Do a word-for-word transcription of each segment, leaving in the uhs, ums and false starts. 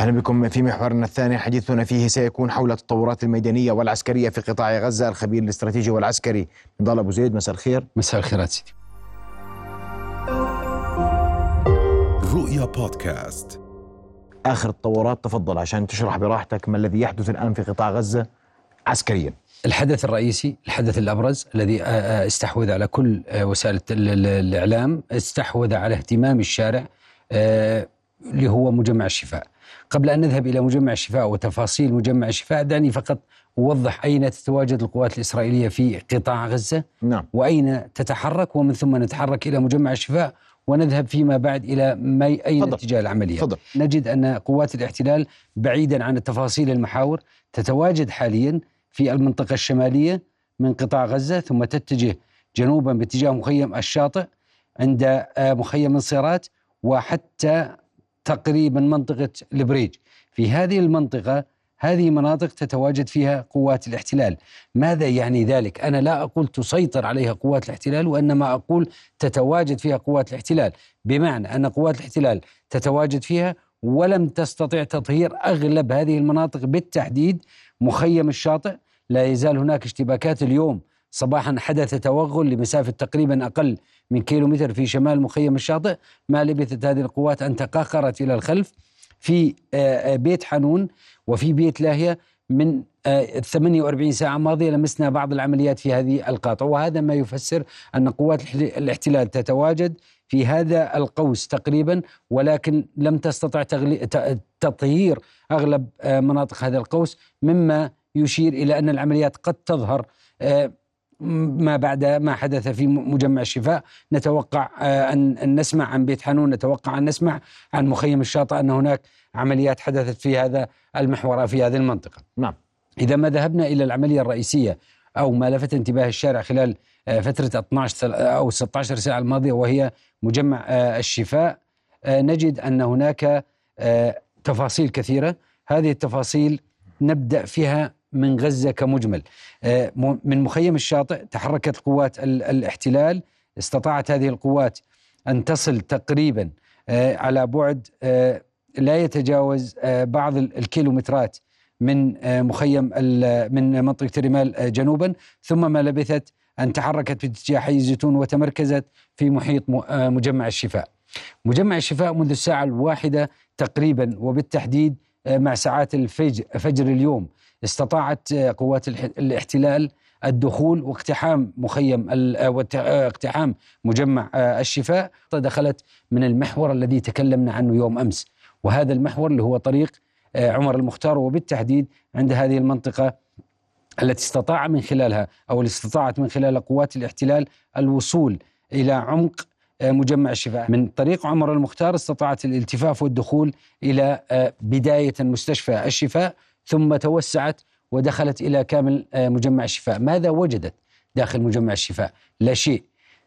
أهلا بكم في محورنا الثاني. حديثنا فيه سيكون حول التطورات الميدانية والعسكرية في قطاع غزة. الخبير الاستراتيجي والعسكري نضال أبو زيد، مساء الخير. مساء الخيرات سيدي. رؤيا بودكاست. آخر التطورات، تفضل عشان تشرح براحتك ما الذي يحدث الآن في قطاع غزة عسكريا. الحدث الرئيسي، الحدث الأبرز الذي استحوذ على كل وسائل الإعلام، استحوذ على اهتمام الشارع، اللي هو مجمع الشفاء. قبل أن نذهب إلى مجمع الشفاء وتفاصيل مجمع الشفاء، دعني فقط أوضح أين تتواجد القوات الإسرائيلية في قطاع غزة. نعم. وأين تتحرك، ومن ثم نتحرك إلى مجمع الشفاء ونذهب فيما بعد إلى ما أين فضل. اتجاه العملية. فضل. نجد أن قوات الاحتلال بعيدا عن التفاصيل المحاور تتواجد حاليا في المنطقة الشمالية من قطاع غزة، ثم تتجه جنوبا باتجاه مخيم الشاطئ عند مخيم الصيرات، وحتى تقريبا منطقة البريج. في هذه المنطقة، هذه مناطق تتواجد فيها قوات الاحتلال. ماذا يعني ذلك؟ أنا لا أقول تسيطر عليها قوات الاحتلال، وإنما أقول تتواجد فيها قوات الاحتلال، بمعنى أن قوات الاحتلال تتواجد فيها ولم تستطيع تطهير أغلب هذه المناطق، بالتحديد مخيم الشاطئ. لا يزال هناك اشتباكات. اليوم صباحا حدث توغل لمسافة تقريبا أقل من كيلومتر في شمال مخيم الشاطئ. ما لبثت هذه القوات أن تقاقرت إلى الخلف في بيت حانون وفي بيت لاهية. من ثمانية وأربعين ساعة ماضية لمسنا بعض العمليات في هذه القاطع، وهذا ما يفسر أن قوات الاحتلال تتواجد في هذا القوس تقريبا، ولكن لم تستطع تطهير أغلب مناطق هذا القوس، مما يشير إلى أن العمليات قد تظهر ما بعد ما حدث في مجمع الشفاء. نتوقع أن نسمع عن بيت حانون، نتوقع أن نسمع عن مخيم الشاطئ أن هناك عمليات حدثت في هذا المحور في هذه المنطقة. نعم. إذا ما ذهبنا إلى العملية الرئيسية أو ما لفت انتباه الشارع خلال فترة اثنتي عشرة أو ستة عشر ساعة الماضية، وهي مجمع الشفاء، نجد أن هناك تفاصيل كثيرة. هذه التفاصيل نبدأ فيها من غزة كمجمل. من مخيم الشاطئ تحركت قوات الاحتلال. استطاعت هذه القوات أن تصل تقريبا على بعد لا يتجاوز بعض الكيلومترات من مخيم من منطقة رمال جنوبا، ثم ما لبثت أن تحركت باتجاه حي الزيتون وتمركزت في محيط مجمع الشفاء. مجمع الشفاء منذ الساعة الواحدة تقريبا، وبالتحديد مع ساعات الفجر فجر اليوم، استطاعت قوات الاحتلال الدخول واقتحام مخيم واقتحام مجمع الشفاء. دخلت من المحور الذي تكلمنا عنه يوم أمس، وهذا المحور اللي هو طريق عمر المختار، وبالتحديد عند هذه المنطقة التي استطاع من خلالها أو اللي استطاعت من خلالها قوات الاحتلال الوصول إلى عمق مجمع الشفاء. من طريق عمر المختار استطاعت الالتفاف والدخول إلى بداية مستشفى الشفاء، ثم توسعت ودخلت إلى كامل مجمع الشفاء. ماذا وجدت داخل مجمع الشفاء؟ لا شيء.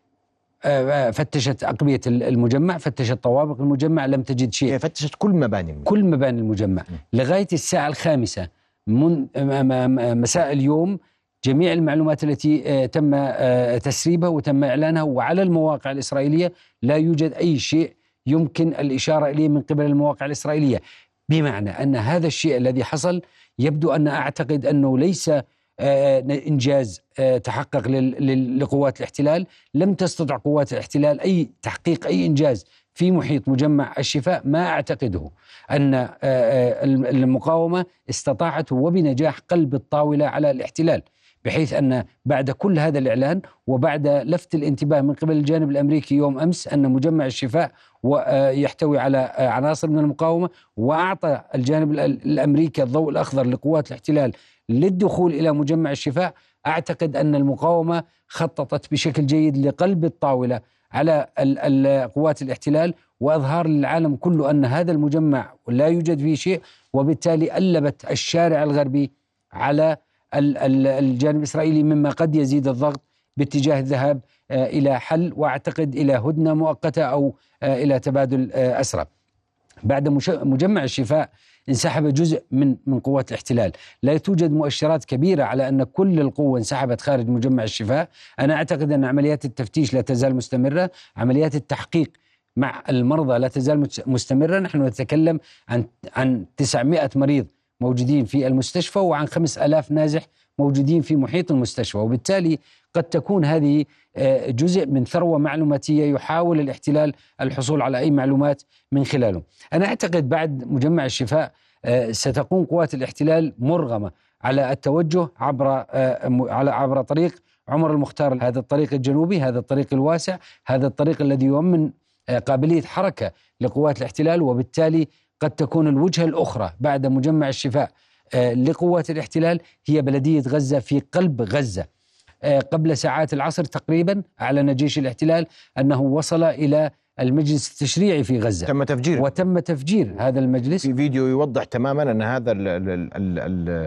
فتشت أقبية المجمع، فتشت طوابق المجمع، لم تجد شيء. فتشت كل مباني المجمع. كل مباني المجمع م. لغاية الساعة الخامسة من مساء اليوم جميع المعلومات التي تم تسريبها وتم إعلانها وعلى المواقع الإسرائيلية لا يوجد أي شيء يمكن الإشارة إليه من قبل المواقع الإسرائيلية. بمعنى أن هذا الشيء الذي حصل يبدو أن أعتقد أنه ليس إنجاز تحقق لقوات الاحتلال. لم تستطع قوات الاحتلال أي تحقيق أي إنجاز في محيط مجمع الشفاء. ما أعتقده أن المقاومة استطاعت وبنجاح قلب الطاولة على الاحتلال، بحيث أن بعد كل هذا الإعلان وبعد لفت الانتباه من قبل الجانب الأمريكي يوم أمس أن مجمع الشفاء يحتوي على عناصر من المقاومة، وأعطى الجانب الأمريكي الضوء الأخضر لقوات الاحتلال للدخول إلى مجمع الشفاء، أعتقد أن المقاومة خططت بشكل جيد لقلب الطاولة على قوات الاحتلال وإظهار للعالم كله أن هذا المجمع لا يوجد فيه شيء، وبالتالي ألبت الشارع الغربي على الجانب الإسرائيلي، مما قد يزيد الضغط باتجاه الذهاب إلى حل، وأعتقد إلى هدنة مؤقتة أو إلى تبادل أسرى. بعد مجمع الشفاء انسحب جزء من من قوات الاحتلال. لا توجد مؤشرات كبيرة على أن كل القوة انسحبت خارج مجمع الشفاء. أنا أعتقد أن عمليات التفتيش لا تزال مستمرة، عمليات التحقيق مع المرضى لا تزال مستمرة. نحن نتكلم عن عن تسعمائة مريض موجودين في المستشفى وعن خمسة آلاف نازح موجودين في محيط المستشفى، وبالتالي قد تكون هذه جزء من ثروة معلوماتية يحاول الاحتلال الحصول على أي معلومات من خلاله. أنا أعتقد بعد مجمع الشفاء ستكون قوات الاحتلال مرغمة على التوجه عبر على عبر طريق عمر المختار، هذا الطريق الجنوبي، هذا الطريق الواسع، هذا الطريق الذي يؤمن قابلية حركة لقوات الاحتلال، وبالتالي قد تكون الوجهة الأخرى بعد مجمع الشفاء لقوات الاحتلال هي بلدية غزة في قلب غزة. قبل ساعات العصر تقريبا أعلن جيش الاحتلال أنه وصل إلى المجلس التشريعي في غزة، تم تفجيره وتم تفجير هذا المجلس. في فيديو يوضح تماما أن هذا ال ال ال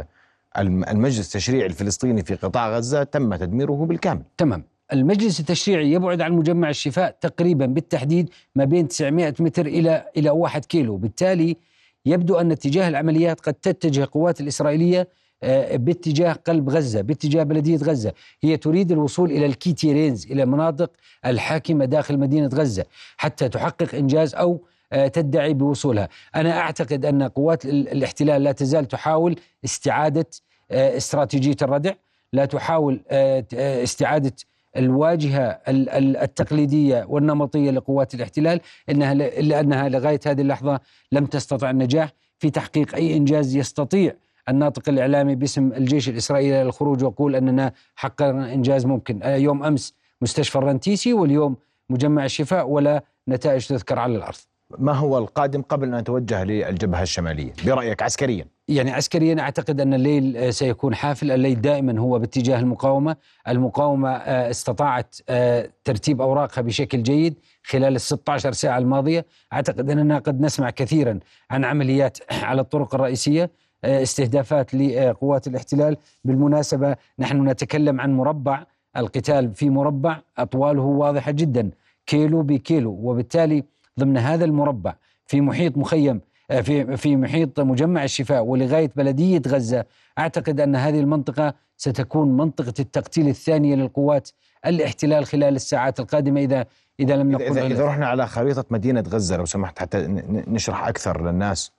المجلس التشريعي الفلسطيني في قطاع غزة تم تدميره بالكامل. تمام. المجلس التشريعي يبعد عن مجمع الشفاء تقريبا بالتحديد ما بين تسعمائة متر إلى إلى واحد كيلو، بالتالي يبدو أن اتجاه العمليات قد تتجه القوات الإسرائيلية باتجاه قلب غزة، باتجاه بلدية غزة. هي تريد الوصول إلى الكيتيرينز، إلى مناطق الحاكمة داخل مدينة غزة حتى تحقق إنجاز أو تدعي بوصولها. أنا أعتقد أن قوات الاحتلال لا تزال تحاول استعادة استراتيجية الردع، لا تحاول استعادة الواجهة التقليدية والنمطية لقوات الاحتلال، إنها لأنها لغاية هذه اللحظة لم تستطع النجاح في تحقيق أي إنجاز. يستطيع الناطق الإعلامي باسم الجيش الإسرائيلي الخروج ويقول أننا حققنا إنجاز ممكن. يوم أمس مستشفى الرنتيسي، واليوم مجمع الشفاء، ولا نتائج تذكر على الأرض. ما هو القادم قبل أن نتوجه للجبهة الشمالية برأيك عسكريا؟ يعني عسكريا أعتقد أن الليل سيكون حافل. الليل دائما هو باتجاه المقاومة. المقاومة استطاعت ترتيب أوراقها بشكل جيد خلال الستة عشر ساعة الماضية. أعتقد أننا قد نسمع كثيرا عن عمليات على الطرق الرئيسية، استهدافات لقوات الاحتلال. بالمناسبة نحن نتكلم عن مربع القتال، في مربع أطواله واضحة جدا كيلو بكيلو، وبالتالي ضمن هذا المربع في محيط مخيم في في محيط مجمع الشفاء ولغاية بلدية غزة، أعتقد أن هذه المنطقة ستكون منطقة التقتيل الثانية للقوات الاحتلال خلال الساعات القادمة إذا إذا لم نقل. إذا, إذا رحنا على خريطة مدينة غزة لو سمحت حتى نشرح أكثر للناس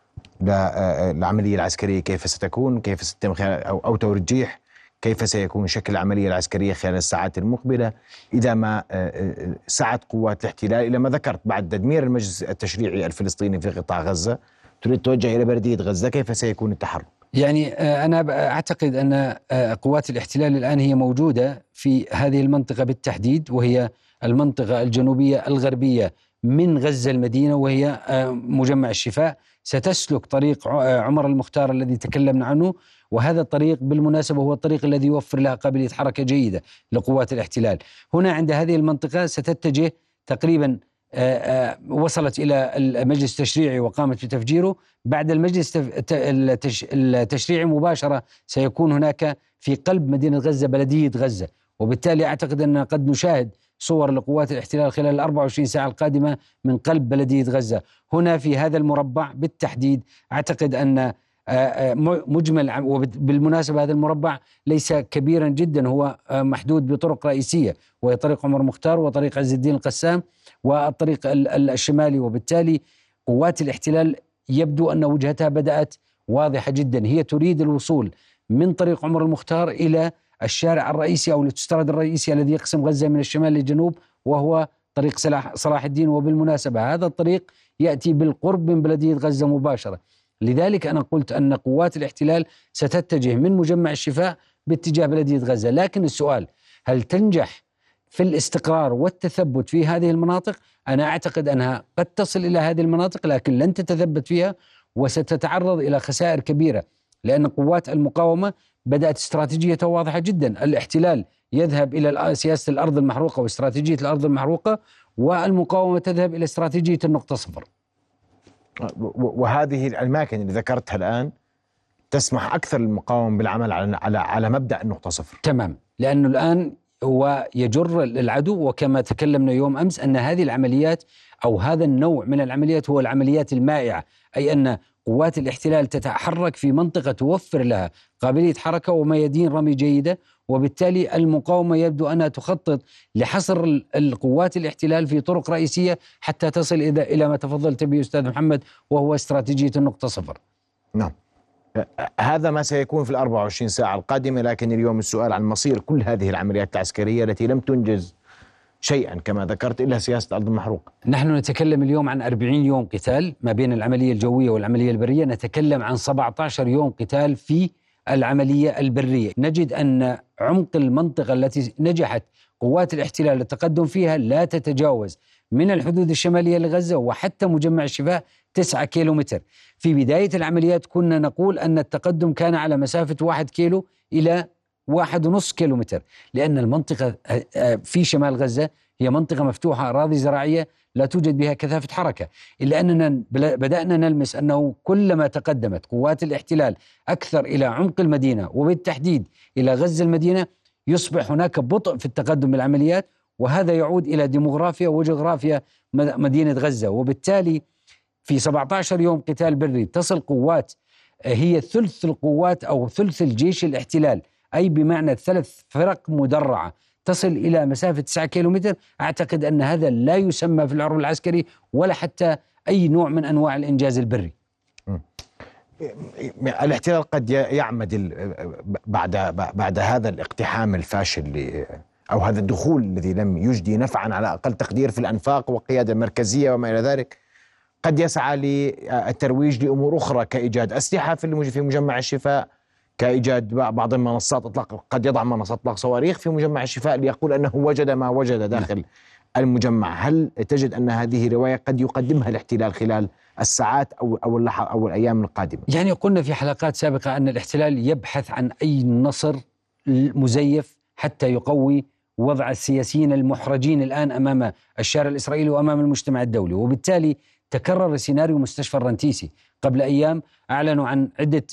العملية العسكرية كيف ستكون، كيف ستتم أو أو ترجيح كيف سيكون شكل العملية العسكرية خلال الساعات المقبلة إذا ما سعت قوات الاحتلال إلى ما ذكرت بعد تدمير المجلس التشريعي الفلسطيني في قطاع غزة تريد توجه إلى بلدية غزة، كيف سيكون التحرك؟ يعني أنا أعتقد أن قوات الاحتلال الآن هي موجودة في هذه المنطقة بالتحديد، وهي المنطقة الجنوبية الغربية من غزة المدينة، وهي مجمع الشفاء. ستسلك طريق عمر المختار الذي تكلمنا عنه، وهذا الطريق بالمناسبة هو الطريق الذي يوفر لها قابلية حركة جيدة لقوات الاحتلال. هنا عند هذه المنطقة ستتجه تقريبا آآ آآ وصلت إلى المجلس التشريعي وقامت بتفجيره. بعد المجلس التشريعي مباشرة سيكون هناك في قلب مدينة غزة بلدية غزة، وبالتالي أعتقد أن قد نشاهد صور لقوات الاحتلال خلال الأربع وعشرين ساعة القادمة من قلب بلدية غزة. هنا في هذا المربع بالتحديد أعتقد أن مجمل، وبالمناسبة هذا المربع ليس كبيرا جدا، هو محدود بطرق رئيسية، وهي طريق عمر مختار وطريق عز الدين القسام والطريق الشمالي. وبالتالي قوات الاحتلال يبدو أن وجهتها بدأت واضحة جدا، هي تريد الوصول من طريق عمر المختار إلى الشارع الرئيسي أو الاوتوستراد الرئيسي الذي يقسم غزة من الشمال للجنوب، وهو طريق صلاح الدين. وبالمناسبة هذا الطريق يأتي بالقرب من بلدية غزة مباشرة. لذلك أنا قلت أن قوات الاحتلال ستتجه من مجمع الشفاء باتجاه بلدية غزة. لكن السؤال، هل تنجح في الاستقرار والتثبت في هذه المناطق؟ أنا أعتقد أنها قد تصل إلى هذه المناطق لكن لن تتثبت فيها، وستتعرض إلى خسائر كبيرة، لأن قوات المقاومة بدأت استراتيجية واضحة جدا. الاحتلال يذهب إلى سياسة الأرض المحروقة واستراتيجية الأرض المحروقة، والمقاومة تذهب إلى استراتيجية النقطة صفر. وهذه الأماكن اللي ذكرتها الآن تسمح أكثر للمقاومة بالعمل على على على مبدأ النقطة صفر. تمام، لأنه الآن هو يجر العدو، وكما تكلمنا يوم أمس أن هذه العمليات أو هذا النوع من العمليات هو العمليات المائعة، أي أن قوات الاحتلال تتحرك في منطقة توفر لها قابلية حركة وميادين رمي جيدة، وبالتالي المقاومة يبدو أنها تخطط لحصر القوات الاحتلال في طرق رئيسية حتى تصل إلى ما تفضلت به أستاذ محمد، وهو استراتيجية النقطة صفر. نعم، هذا ما سيكون في الأربع وعشرين ساعة القادمة، لكن اليوم السؤال عن مصير كل هذه العمليات العسكرية التي لم تنجز شيئا كما ذكرت إلا سياسة الأرض المحروقة. نحن نتكلم اليوم عن أربعين يوم قتال ما بين العملية الجوية والعملية البرية، نتكلم عن سبعة عشر يوم قتال في العملية البرية. نجد أن عمق المنطقة التي نجحت قوات الاحتلال التقدم فيها لا تتجاوز من الحدود الشمالية لغزة وحتى مجمع الشفاء تسعة كيلو متر. في بداية العمليات كنا نقول أن التقدم كان على مسافة واحد كيلو إلى واحد ونص كيلو متر، لأن المنطقة في شمال غزة هي منطقة مفتوحة، أراضي زراعية لا توجد بها كثافة حركة، إلا أننا بدأنا نلمس أنه كلما تقدمت قوات الاحتلال أكثر إلى عمق المدينة وبالتحديد إلى غزة المدينة يصبح هناك بطء في التقدم بالعمليات، وهذا يعود إلى ديموغرافيا وجغرافيا مدينة غزة. وبالتالي في سبعة عشر يوم قتال بري تصل قوات هي ثلث القوات أو ثلث الجيش الاحتلال، أي بمعنى ثلاث فرق مدرعة تصل إلى مسافة تسعة كيلو متر. أعتقد أن هذا لا يسمى في العرف العسكري ولا حتى أي نوع من أنواع الإنجاز البري. الاحتلال قد يعمد بعد بعد هذا الاقتحام الفاشل أو هذا الدخول الذي لم يجدي نفعا على أقل تقدير في الأنفاق والقيادة المركزية وما إلى ذلك، قد يسعى للترويج لأمور أخرى كإيجاد أسلحة في مجمع الشفاء، كإيجاد بعض المنصات إطلاق، قد يضع منصات إطلاق صواريخ في مجمع الشفاء ليقول أنه وجد ما وجد داخل المجمع. هل تجد أن هذه رواية قد يقدمها الاحتلال خلال الساعات أو أو اللحظة أو الأيام القادمة؟ يعني قلنا في حلقات سابقة أن الاحتلال يبحث عن أي نصر مزيف حتى يقوي وضع السياسيين المحرجين الآن أمام الشارع الإسرائيلي وأمام المجتمع الدولي. وبالتالي تكرر سيناريو مستشفى الرنتيسي. قبل أيام أعلنوا عن عدة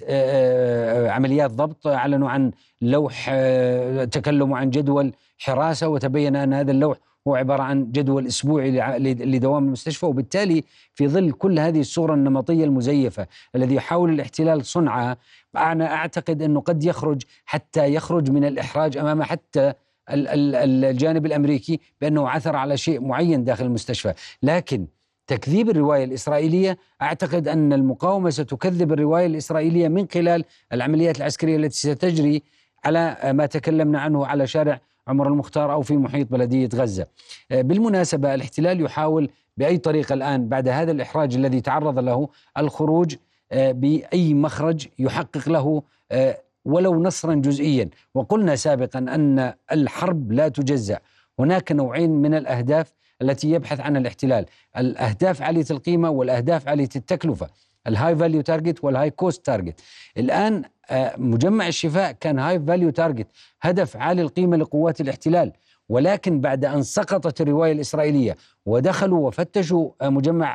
عمليات ضبط، أعلنوا عن لوح، تكلموا عن جدول حراسة، وتبين أن هذا اللوح هو عبارة عن جدول أسبوعي لدوام المستشفى. وبالتالي في ظل كل هذه الصورة النمطية المزيفة الذي يحاول الاحتلال صنعها، أنا أعتقد أنه قد يخرج حتى يخرج من الإحراج أمام حتى الجانب الأمريكي بأنه عثر على شيء معين داخل المستشفى. لكن تكذيب الرواية الإسرائيلية، أعتقد أن المقاومة ستكذب الرواية الإسرائيلية من خلال العمليات العسكرية التي ستجري على ما تكلمنا عنه على شارع عمر المختار أو في محيط بلدية غزة. بالمناسبة الاحتلال يحاول بأي طريقة الآن بعد هذا الإحراج الذي تعرض له الخروج بأي مخرج يحقق له ولو نصرا جزئيا. وقلنا سابقا أن الحرب لا تجزأ، هناك نوعين من الأهداف التي يبحث عنها الاحتلال، الأهداف عالية القيمة والأهداف عالية التكلفة، الهاي فاليو تارجت والهاي كوست تارجت. الآن مجمع الشفاء كان هاي فاليو تارجت، هدف عالي القيمة لقوات الاحتلال، ولكن بعد أن سقطت الرواية الإسرائيلية ودخلوا وفتشوا مجمع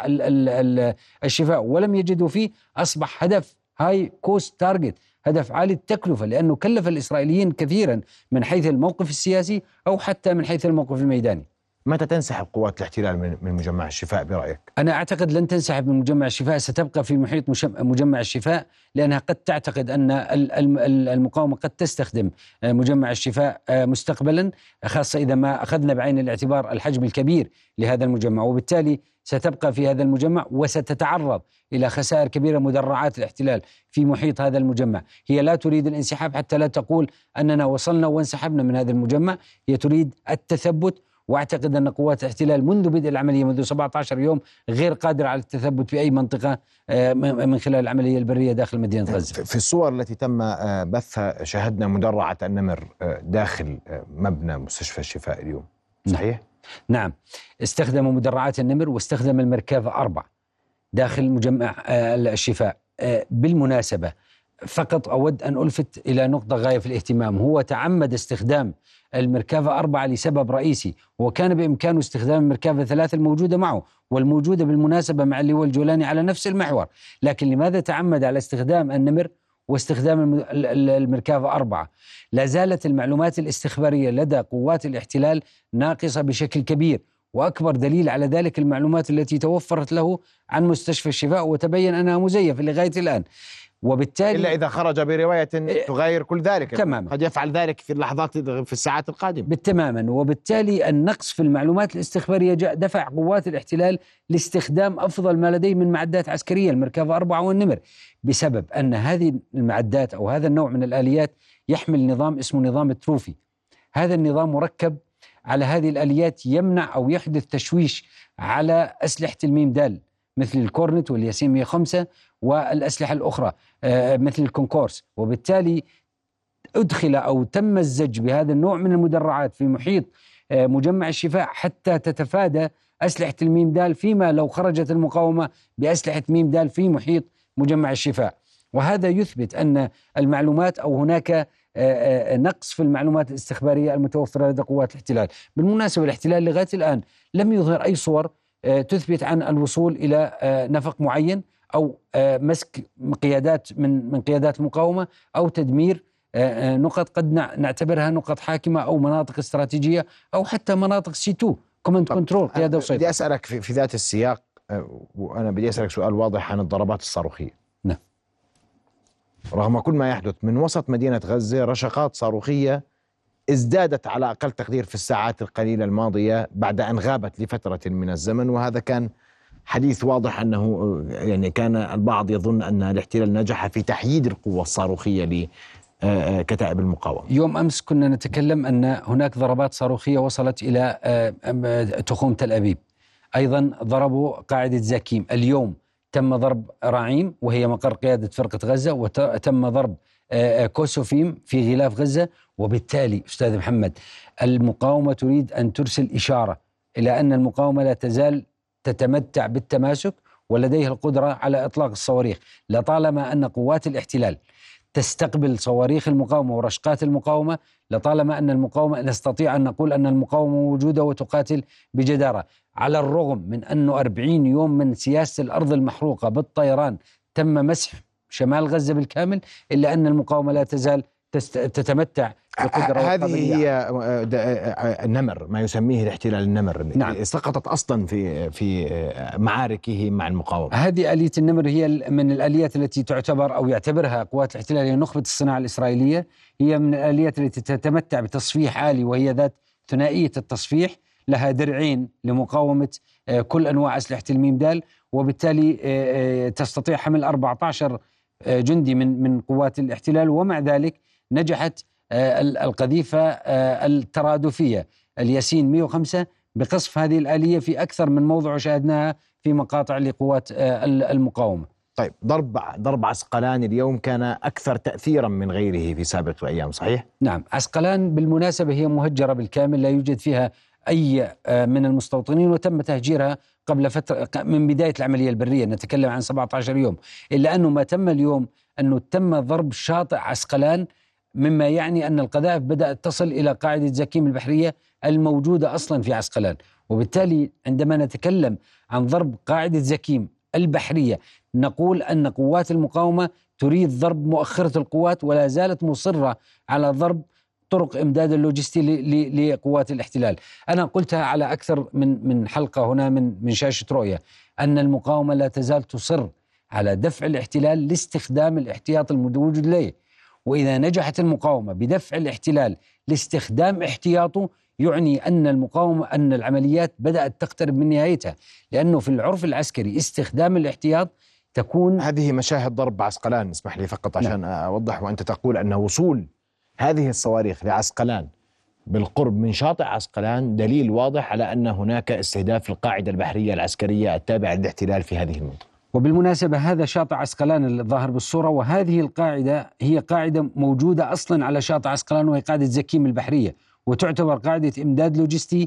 الشفاء ولم يجدوا فيه، أصبح هدف هاي كوست تارجت، هدف عالي التكلفة، لأنه كلف الإسرائيليين كثيرا من حيث الموقف السياسي أو حتى من حيث الموقف الميداني. متى تنسحب قوات الاحتلال من مجمع الشفاء برأيك؟ أنا أعتقد لن تنسحب من مجمع الشفاء، ستبقى في محيط مجمع الشفاء، لأنها قد تعتقد أن المقاومة قد تستخدم مجمع الشفاء مستقبلا، خاصة إذا ما أخذنا بعين الاعتبار الحجم الكبير لهذا المجمع، وبالتالي ستبقى في هذا المجمع وستتعرض إلى خسائر كبيرة مدرعات الاحتلال في محيط هذا المجمع. هي لا تريد الانسحاب حتى لا تقول أننا وصلنا وانسحبنا من هذا المجمع، هي تريد التثبت. واعتقد ان قوات الاحتلال منذ بدء العمليه منذ سبعة عشر يوم غير قادره على التثبت في اي منطقه من خلال العمليه البريه داخل مدينه غزه. في الصور التي تم بثها شاهدنا مدرعه النمر داخل مبنى مستشفى الشفاء اليوم، صحيح؟ نعم، استخدموا مدرعات النمر واستخدم المركافه أربعة داخل مجمع الشفاء. بالمناسبه فقط أود أن ألفت إلى نقطة غاية في الاهتمام، هو تعمد استخدام المركافة أربعة لسبب رئيسي، وكان بإمكانه استخدام المركافة ثلاثة الموجودة معه والموجودة بالمناسبة مع اللواء الجولاني على نفس المحور، لكن لماذا تعمد على استخدام النمر واستخدام المركافة أربعة؟ لا زالت المعلومات الاستخبارية لدى قوات الاحتلال ناقصة بشكل كبير، وأكبر دليل على ذلك المعلومات التي توفرت له عن مستشفى الشفاء وتبين أنها مزيفة لغاية الآن. وبالتالي إلا إذا خرج برواية تغير كل ذلك. تماما. قد يفعل ذلك في اللحظات في الساعات القادمة. بالتماما. وبالتالي النقص في المعلومات الاستخبارية جاء دفع قوات الاحتلال لاستخدام أفضل ما لديه من معدات عسكرية، المركبة أربعة والنمر، بسبب أن هذه المعدات أو هذا النوع من الآليات يحمل نظام اسمه نظام التروفي. هذا النظام مركب على هذه الآليات يمنع أو يحدث تشويش على أسلحة الميم دال مثل الكورنت والياسين مئة وخمسة والأسلحة الأخرى مثل الكونكورس. وبالتالي أدخل أو تم الزج بهذا النوع من المدرعات في محيط مجمع الشفاء حتى تتفادى أسلحة الميم دال، فيما لو خرجت المقاومة بأسلحة ميم دال في محيط مجمع الشفاء. وهذا يثبت أن المعلومات أو هناك نقص في المعلومات الاستخبارية المتوفرة لدى قوات الاحتلال. بالمناسبة الاحتلال لغاية الآن لم يظهر أي صور تثبت عن الوصول إلى نفق معين أو مسك قيادات من من قيادات المقاومة أو تدمير نقط قد نعتبرها نقط حاكمة أو مناطق استراتيجية أو حتى مناطق سي تو كوماند كنترول، قيادة وسيطرة. بدي أسألك في, في ذات السياق، وأنا بدي أسألك سؤال واضح عن الضربات الصاروخية. نعم. رغم كل ما يحدث من وسط مدينة غزة، رشقات صاروخية ازدادت على أقل تقدير في الساعات القليلة الماضية بعد أن غابت لفترة من الزمن، وهذا كان حديث واضح أنه يعني كان البعض يظن أن الاحتلال نجح في تحييد القوة الصاروخية لكتائب المقاومة. يوم أمس كنا نتكلم أن هناك ضربات صاروخية وصلت إلى تخوم تل أبيب، أيضا ضربوا قاعدة زكيم. اليوم تم ضرب راعيم وهي مقر قيادة فرقة غزة، وتم ضرب كوسوفيم في غلاف غزة. وبالتالي أستاذ محمد المقاومة تريد أن ترسل إشارة إلى أن المقاومة لا تزال تتمتع بالتماسك ولديها القدرة على إطلاق الصواريخ، لطالما أن قوات الاحتلال تستقبل صواريخ المقاومة ورشقات المقاومة، لطالما أن المقاومة نستطيع أن نقول أن المقاومة موجودة وتقاتل بجدارة، على الرغم من أنه أربعين يوم من سياسة الأرض المحروقة بالطيران تم مسح شمال غزة بالكامل، إلا أن المقاومة لا تزال تتمتع بقدرة. هذه هي النمر، ما يسميه الاحتلال النمر. نعم. سقطت أصلا في في معاركه مع المقاومة. هذه آلية النمر هي من الآليات التي تعتبر أو يعتبرها قوات الاحتلال هي نخبة الصناعة الإسرائيلية، هي من الآليات التي تتمتع بتصفيح عالي، وهي ذات ثنائية التصفيح، لها درعين لمقاومة كل أنواع أسلحة الميم دال، وبالتالي تستطيع حمل أربعة عشر جندي من من قوات الاحتلال. ومع ذلك نجحت القذيفة الترادفية الياسين مئة وخمسة بقصف هذه الآلية في أكثر من موضع شاهدناها في مقاطع لقوات المقاومة. طيب، ضرب ضرب عسقلان اليوم كان أكثر تأثيرا من غيره في سابق الأيام، صحيح؟ نعم. عسقلان بالمناسبة هي مهجرة بالكامل، لا يوجد فيها أي من المستوطنين، وتم تهجيرها قبل فترة من بداية العملية البرية، نتكلم عن سبعة عشر يوم. إلا أنه ما تم اليوم أنه تم ضرب شاطئ عسقلان، مما يعني أن القذائف بدأت تصل إلى قاعدة زكيم البحرية الموجودة أصلا في عسقلان. وبالتالي عندما نتكلم عن ضرب قاعدة زكيم البحرية نقول أن قوات المقاومة تريد ضرب مؤخرة القوات، ولا زالت مصرة على ضرب طرق إمداد اللوجستي لقوات الاحتلال. أنا قلتها على أكثر من من حلقة هنا من من شاشة رؤية، أن المقاومة لا تزال تصر على دفع الاحتلال لاستخدام الاحتياط الموجود لديه، وإذا نجحت المقاومة بدفع الاحتلال لاستخدام احتياطه يعني أن المقاومة أن العمليات بدأت تقترب من نهايتها، لأنه في العرف العسكري استخدام الاحتياط تكون. هذه مشاهد ضرب عسقلان، اسمح لي فقط عشان نعم. أوضح، وأنت تقول أن وصول هذه الصواريخ لعسقلان بالقرب من شاطئ عسقلان دليل واضح على أن هناك استهداف القاعدة البحرية العسكرية التابعة للاحتلال في هذه المنطقة. وبالمناسبة هذا شاطئ عسقلان الظاهر بالصورة، وهذه القاعدة هي قاعدة موجودة أصلا على شاطئ عسقلان، وهي قاعدة زكيم البحرية، وتعتبر قاعدة إمداد لوجستي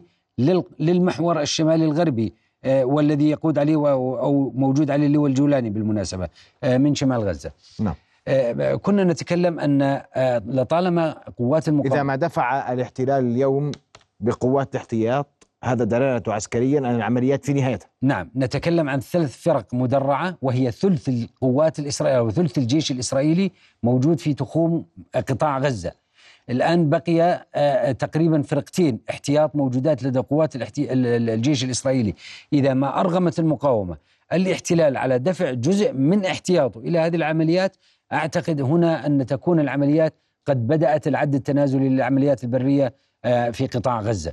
للمحور الشمالي الغربي آه والذي يقود عليه أو موجود عليه اللواء الجولاني بالمناسبة آه من شمال غزة. نعم. آه كنا نتكلم أن آه لطالما قوات المقاومة إذا ما دفع الاحتلال اليوم بقوات احتياط، هذا دلالة عسكريا أن العمليات في نهايتها. نعم. نتكلم عن ثلاث فرق مدرعة، وهي ثلث القوات الإسرائيلية وثلث الجيش الإسرائيلي موجود في تخوم قطاع غزة. الآن بقي آه تقريبا فرقتين احتياط موجودات لدى قوات الجيش الإسرائيلي. إذا ما أرغمت المقاومة الاحتلال على دفع جزء من احتياطه إلى هذه العمليات، أعتقد هنا أن تكون العمليات قد بدأت العد التنازلي للعمليات البرية في قطاع غزة.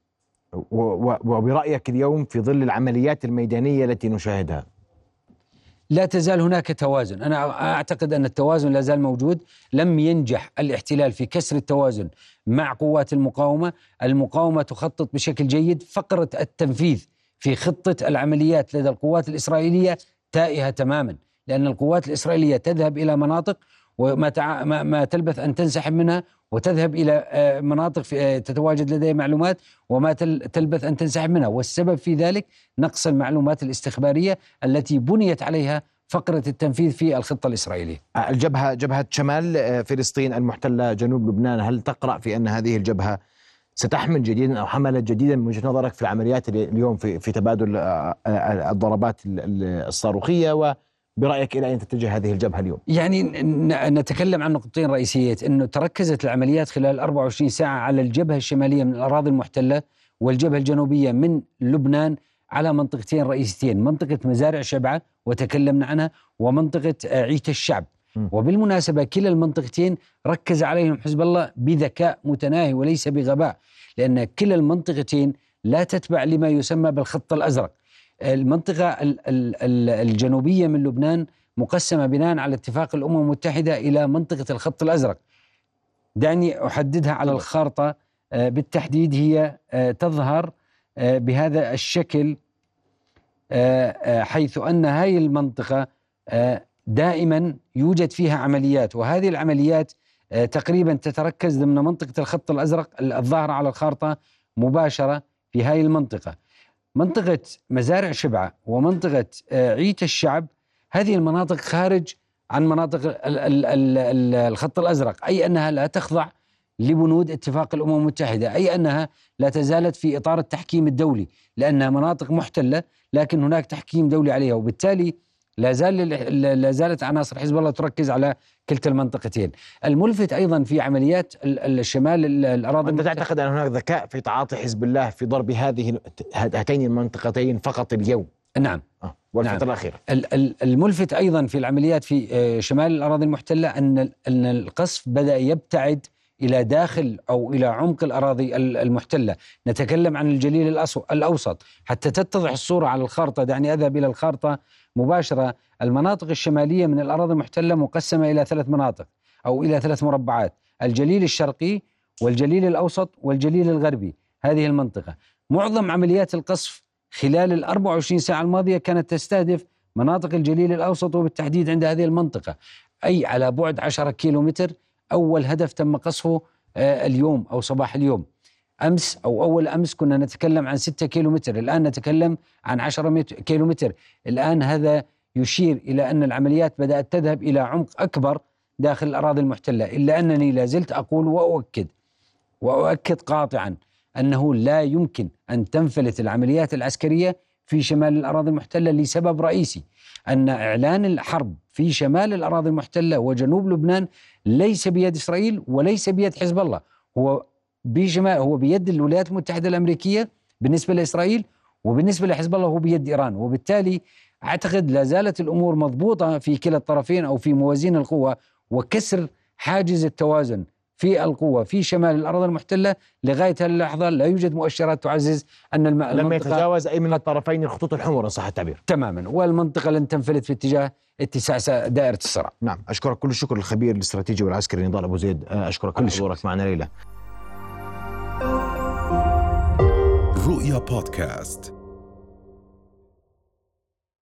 وبرأيك اليوم في ظل العمليات الميدانية التي نشاهدها لا تزال هناك توازن. أنا أعتقد أن التوازن لا زال موجود. لم ينجح الاحتلال في كسر التوازن مع قوات المقاومة. المقاومة تخطط بشكل جيد، فقرة التنفيذ في خطة العمليات لدى القوات الإسرائيلية تائهة تماما، لأن القوات الإسرائيلية تذهب إلى مناطق وما تع... ما... ما تلبث أن تنسحب منها، وتذهب إلى مناطق في... تتواجد لديها معلومات وما تل... تلبث أن تنسحب منها. والسبب في ذلك نقص المعلومات الاستخبارية التي بنيت عليها فقرة التنفيذ في الخطة الإسرائيلية. الجبهة جبهة شمال فلسطين المحتلة جنوب لبنان، هل تقرأ في أن هذه الجبهة ستحمل جديدا أو حملت جديدا من وجهة نظرك في العمليات اليوم في في تبادل الضربات الصاروخية، وبرأيك إلى أين تتجه هذه الجبهة اليوم؟ يعني نتكلم عن نقطتين رئيسيات، أنه تركزت العمليات خلال أربعة وعشرين ساعة على الجبهة الشمالية من الأراضي المحتلة والجبهة الجنوبية من لبنان على منطقتين رئيسيتين، منطقة مزارع شبعة وتكلمنا عنها، ومنطقة عيت الشعب. م. وبالمناسبة كلا المنطقتين ركز عليهم حزب الله بذكاء متناهي وليس بغباء، لأن كلا المنطقتين لا تتبع لما يسمى بالخط الأزرق. المنطقة الجنوبية من لبنان مقسمة بناء على اتفاق الأمم المتحدة إلى منطقة الخط الأزرق. دعني أحددها على الخارطة بالتحديد. هي تظهر بهذا الشكل، حيث أن هذه المنطقة دائما يوجد فيها عمليات، وهذه العمليات تقريبا تتركز ضمن منطقة الخط الأزرق الظاهرة على الخارطة مباشرة في هذه المنطقة. منطقة مزارع شبعة ومنطقة عيت الشعب، هذه المناطق خارج عن مناطق الخط الأزرق، أي أنها لا تخضع لبنود اتفاق الأمم المتحدة، أي أنها لا تزالت في إطار التحكيم الدولي، لأنها مناطق محتلة لكن هناك تحكيم دولي عليها، وبالتالي لا زال لا زالت عناصر حزب الله تركز على كلتا المنطقتين. الملفت أيضا في عمليات الشمال الأراضي، أنت تعتقد أن هناك ذكاء في تعاطي حزب الله في ضرب هذه هاتين المنطقتين فقط اليوم؟ نعم. آه. والفترة نعم. الأخيرة الملفت أيضا في العمليات في شمال الأراضي المحتلة أن أن القصف بدأ يبتعد إلى داخل أو إلى عمق الأراضي المحتلة. نتكلم عن الجليل الأوسط حتى تتضح الصورة على الخارطة. دعني أذهب إلى الخارطة مباشرة. المناطق الشمالية من الأراضي المحتلة مقسمة إلى ثلاث مناطق أو إلى ثلاث مربعات: الجليل الشرقي والجليل الأوسط والجليل الغربي. هذه المنطقة معظم عمليات القصف خلال الأربع وعشرين ساعة الماضية كانت تستهدف مناطق الجليل الأوسط، وبالتحديد عند هذه المنطقة، أي على بعد عشرة كيلومتر. أول هدف تم قصفه آه اليوم أو صباح اليوم. أمس أو أول أمس كنا نتكلم عن ستة كيلومتر، الآن نتكلم عن عشرة كيلومتر. الآن هذا يشير إلى أن العمليات بدأت تذهب إلى عمق أكبر داخل الأراضي المحتلة، إلا أنني لازلت أقول وأؤكد وأؤكد قاطعا أنه لا يمكن أن تنفلت العمليات العسكرية في شمال الأراضي المحتلة لسبب رئيسي، أن إعلان الحرب في شمال الأراضي المحتلة وجنوب لبنان ليس بيد إسرائيل وليس بيد حزب الله، هو بشمال هو بيد الولايات المتحدة الأمريكية بالنسبة لإسرائيل، وبالنسبة لحزب الله هو بيد إيران. وبالتالي أعتقد لا زالت الأمور مضبوطة في كلا الطرفين أو في موازين القوى، وكسر حاجز التوازن في القوة في شمال الأراضي المحتلة لغاية اللحظة لا يوجد مؤشرات تعزز أن الم... لم يتجاوز أي من الطرفين الخطوط الحمر إن صح التعبير. تماما، والمنطقة لن تنفلت في اتجاه اتساع دائرة الصراع. نعم، أشكرك كل الشكر الخبير الاستراتيجي والعسكري نضال أبو زيد. أشكرك على حضورك معنا ليلة. رؤيا بودكاست.